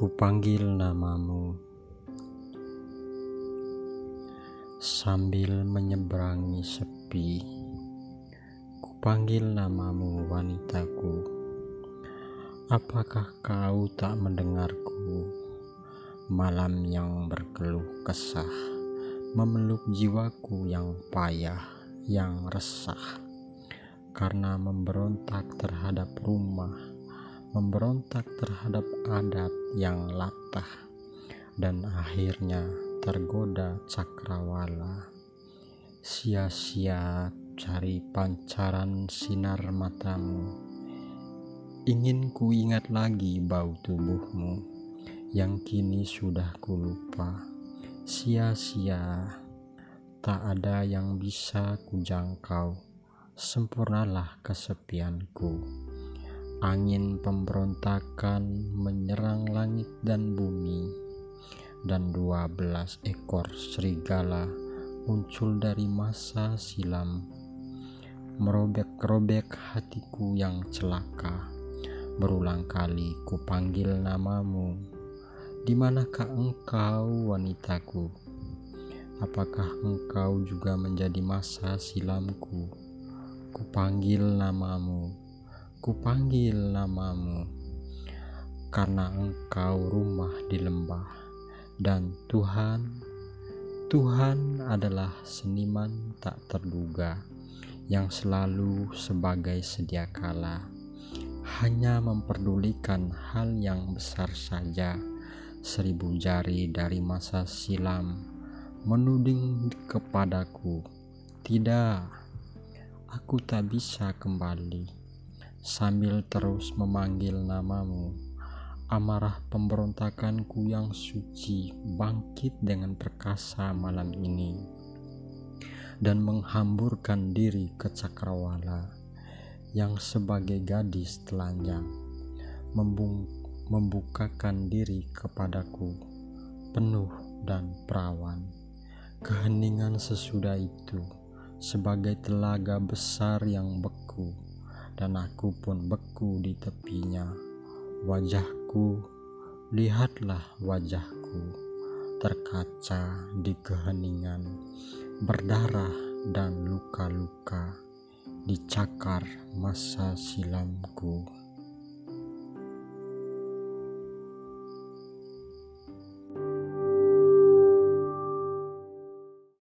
Kupanggil namamu sambil menyeberangi sepi. Kupanggil namamu, wanitaku. Apakah kau tak mendengarku? Malam yang berkeluh kesah memeluk jiwaku yang payah, yang resah, karena memberontak terhadap rumah, memberontak terhadap adat yang latah, dan akhirnya tergoda cakrawala. Sia-sia cari pancaran sinar matamu. Ingin ku ingat lagi bau tubuhmu yang kini sudah kulupa. Sia-sia, tak ada yang bisa kujangkau. Sempurnalah kesepianku. Angin pemberontakan menyerang langit dan bumi, dan 12 ekor serigala muncul dari masa silam, merobek-robek hatiku yang celaka. Berulang kali kupanggil namamu. Di manakah engkau, wanitaku? Apakah engkau juga menjadi masa silamku? Kupanggil namamu. Kupanggil namamu, karena engkau rumah di lembah, dan Tuhan adalah seniman tak terduga yang selalu sebagai sediakala, hanya memperdulikan hal yang besar saja. 1000 jari dari masa silam menuding kepadaku, tidak, aku tak bisa kembali. Sambil terus memanggil namamu, amarah pemberontakanku yang suci bangkit dengan perkasa malam ini, dan menghamburkan diri ke cakrawala yang sebagai gadis telanjang membukakan diri kepadaku penuh dan perawan. Keheningan sesudah itu sebagai telaga besar yang beku, dan aku pun beku di tepinya. Wajahku, lihatlah wajahku, terkaca di keheningan, berdarah dan luka-luka, dicakar masa silamku.